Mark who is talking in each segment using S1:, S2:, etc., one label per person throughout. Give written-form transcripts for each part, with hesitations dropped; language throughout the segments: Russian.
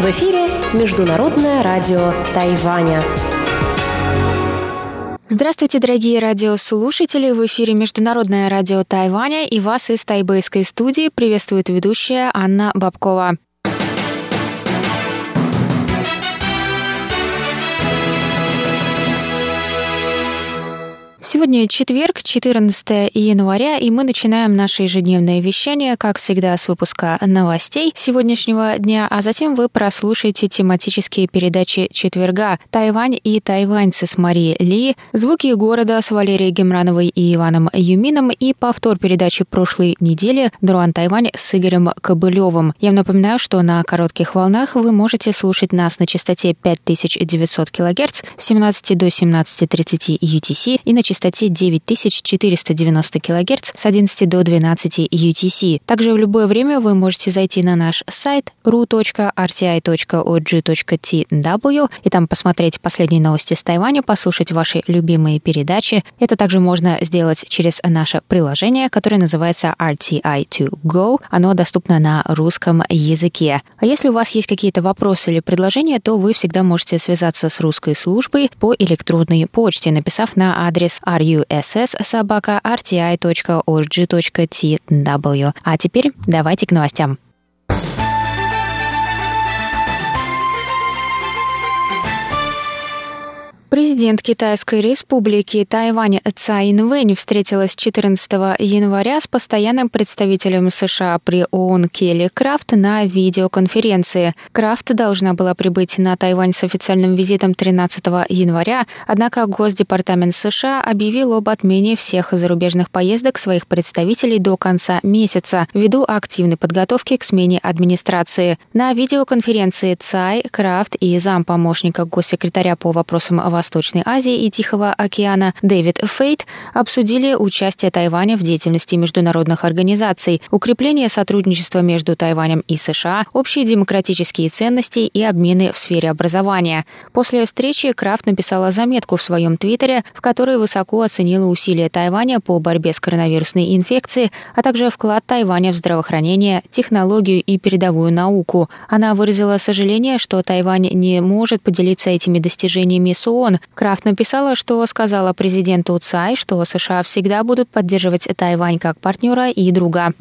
S1: В эфире Международное радио Тайваня.
S2: Здравствуйте, дорогие радиослушатели! В эфире Международное радио Тайваня, и вас из тайбэйской студии приветствует ведущая Анна Бабкова. Сегодня четверг, 14 января, и мы начинаем наше ежедневное вещание, как всегда, с выпуска новостей сегодняшнего дня, а затем вы прослушаете тематические передачи четверга «Тайвань и тайваньцы» с Марией Ли, «Звуки города» с Валерией Гемрановой и Иваном Юмином и повтор передачи прошлой недели «Друан Тайвань» с Игорем Кобылевым. Я напоминаю, что на коротких волнах вы можете слушать нас на частоте 5900 кГц с 17 до 17:30 UTC и на частоте 9490 кГц с 11 до 12 UTC. Также в любое время вы можете зайти на наш сайт ru.rti.org.tw и там посмотреть последние новости с Тайваня, послушать ваши любимые передачи. Это также можно сделать через наше приложение, которое называется RTI2Go. Оно доступно на русском языке. А если у вас есть какие-то вопросы или предложения, то вы всегда можете связаться с русской службой по электронной почте, написав на адрес russ@rti.org.tw. А теперь давайте к новостям. Президент Китайской республики Тайвань Цай Инвэнь встретилась 14 января с постоянным представителем США при ООН Келли Крафт на видеоконференции. Крафт должна была прибыть на Тайвань с официальным визитом 13 января, однако Госдепартамент США объявил об отмене всех зарубежных поездок своих представителей до конца месяца ввиду активной подготовки к смене администрации. На видеоконференции Цай, Крафт и зампомощника госсекретаря по вопросам Восточной Азии и Тихого океана Дэвид Фейт обсудили участие Тайваня в деятельности международных организаций, укрепление сотрудничества между Тайванем и США, общие демократические ценности и обмены в сфере образования. После встречи Крафт написала заметку в своем твиттере, в которой высоко оценила усилия Тайваня по борьбе с коронавирусной инфекцией, а также вклад Тайваня в здравоохранение, технологию и передовую науку. Она выразила сожаление, что Тайвань не может поделиться этими достижениями с ООН. Крафт написала, что сказала президенту Цай, что США всегда будут поддерживать Тайвань как партнера и друга.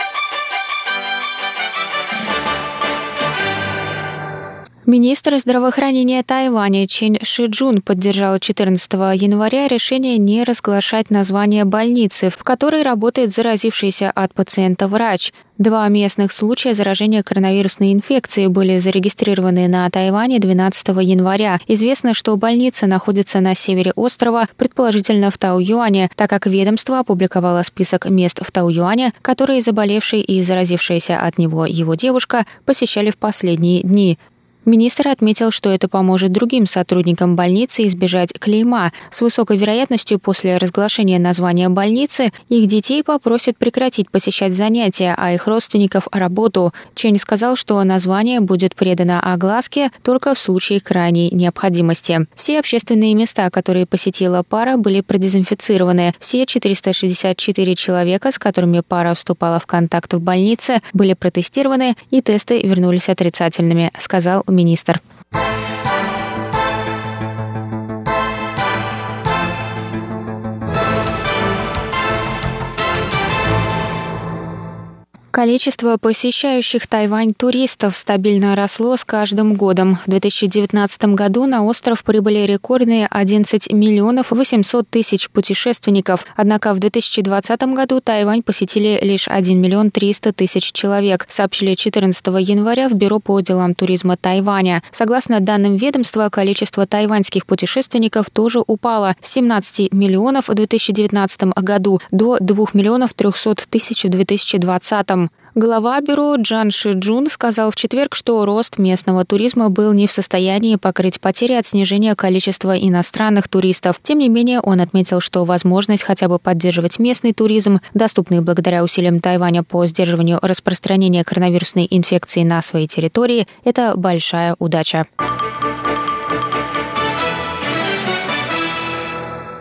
S2: Министр здравоохранения Тайваня Чен Шиджун поддержал 14 января решение не разглашать название больницы, в которой работает заразившийся от пациента врач. 2 местных случая заражения коронавирусной инфекцией были зарегистрированы на Тайване 12 января. Известно, что больница находится на севере острова, предположительно в Таоюане, так как ведомство опубликовало список мест в Таоюане, которые заболевший и заразившаяся от него его девушка посещали в последние дни. Министр отметил, что это поможет другим сотрудникам больницы избежать клейма. С высокой вероятностью после разглашения названия больницы их детей попросят прекратить посещать занятия, а их родственников – работу. Чен сказал, что название будет предано огласке только в случае крайней необходимости. Все общественные места, которые посетила пара, были продезинфицированы. Все 464 человека, с которыми пара вступала в контакт в больнице, были протестированы, и тесты вернулись отрицательными, сказал министр. Количество посещающих Тайвань туристов стабильно росло с каждым годом. В 2019 году на остров прибыли рекордные 11 миллионов 800 тысяч путешественников. Однако в 2020 году Тайвань посетили лишь 1 миллион 300 тысяч человек, сообщили 14 января в Бюро по делам туризма Тайваня. Согласно данным ведомства, количество тайваньских путешественников тоже упало с 17 миллионов в 2019 году до 2 миллионов 300 тысяч в 2020. Глава бюро Джан Шиджун сказал в четверг, что рост местного туризма был не в состоянии покрыть потери от снижения количества иностранных туристов. Тем не менее, он отметил, что возможность хотя бы поддерживать местный туризм, доступный благодаря усилиям Тайваня по сдерживанию распространения коронавирусной инфекции на своей территории, это большая удача.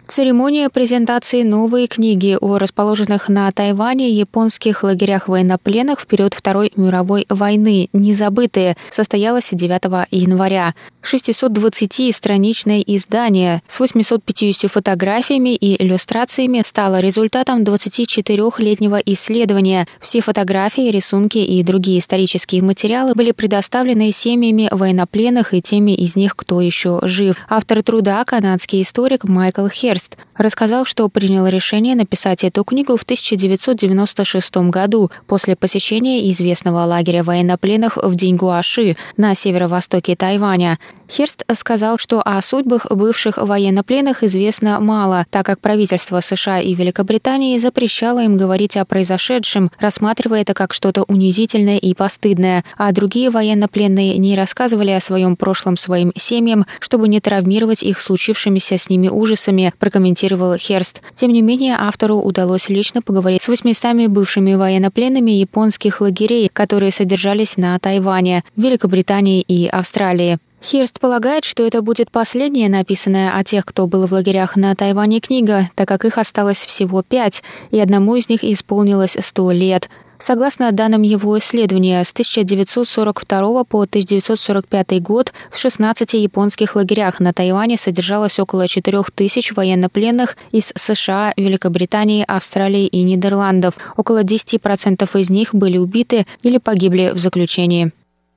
S2: Церемония презентации новой книги о расположенных на Тайване японских лагерях военнопленных в период Второй мировой войны «Незабытые» состоялась 9 января. 620-страничное издание с 850 фотографиями и иллюстрациями стало результатом 24-летнего исследования. Все фотографии, рисунки и другие исторические материалы были предоставлены семьями военнопленных и теми из них, кто еще жив. Автор труда, канадский историк Майкл Херст, рассказал, что принял решение написать эту книгу в 1996 году после посещения известного лагеря военнопленных в Дингуаши на северо-востоке Тайваня. Херст сказал, что о судьбах бывших военнопленных известно мало, так как правительство США и Великобритании запрещало им говорить о произошедшем, рассматривая это как что-то унизительное и постыдное, а другие военнопленные не рассказывали о своем прошлом своим семьям, чтобы не травмировать их случившимися с ними ужасами, прокомментировал Херст. Тем не менее, автору удалось лично поговорить с 800 бывшими военнопленными японских лагерей, которые содержались на Тайване, Великобритании и Австралии. Херст полагает, что это будет последняя написанная о тех, кто был в лагерях на Тайване книга, так как их осталось всего 5, и одному из них исполнилось 100 лет. Согласно данным его исследования, с 1942 по 1945 год в 16 японских лагерях на Тайване содержалось около 4000 военнопленных из США, Великобритании, Австралии и Нидерландов. Около 10% из них были убиты или погибли в заключении.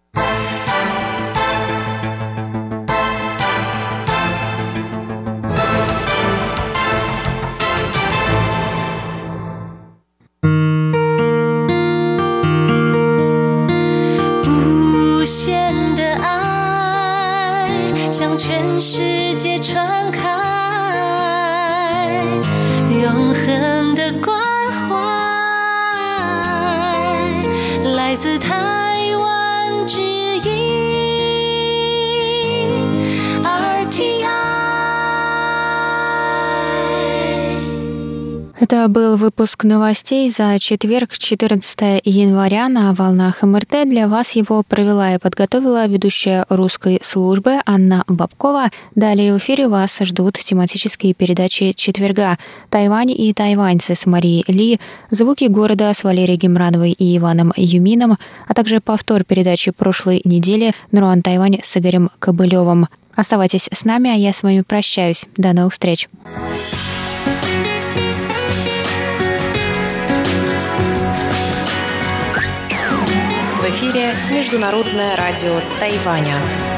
S2: Это был выпуск новостей за четверг, 14 января на волнах МРТ. Для вас его провела и подготовила ведущая русской службы Анна Бабкова. Далее в эфире вас ждут тематические передачи четверга «Тайвань и тайваньцы» с Марией Ли, «Звуки города» с Валерией Гемрановой и Иваном Юмином, а также повтор передачи прошлой недели «Наруан Тайвань» с Игорем Кобылевым. Оставайтесь с нами, а я с вами прощаюсь. До новых встреч.
S1: В эфире Международное радио Тайваня.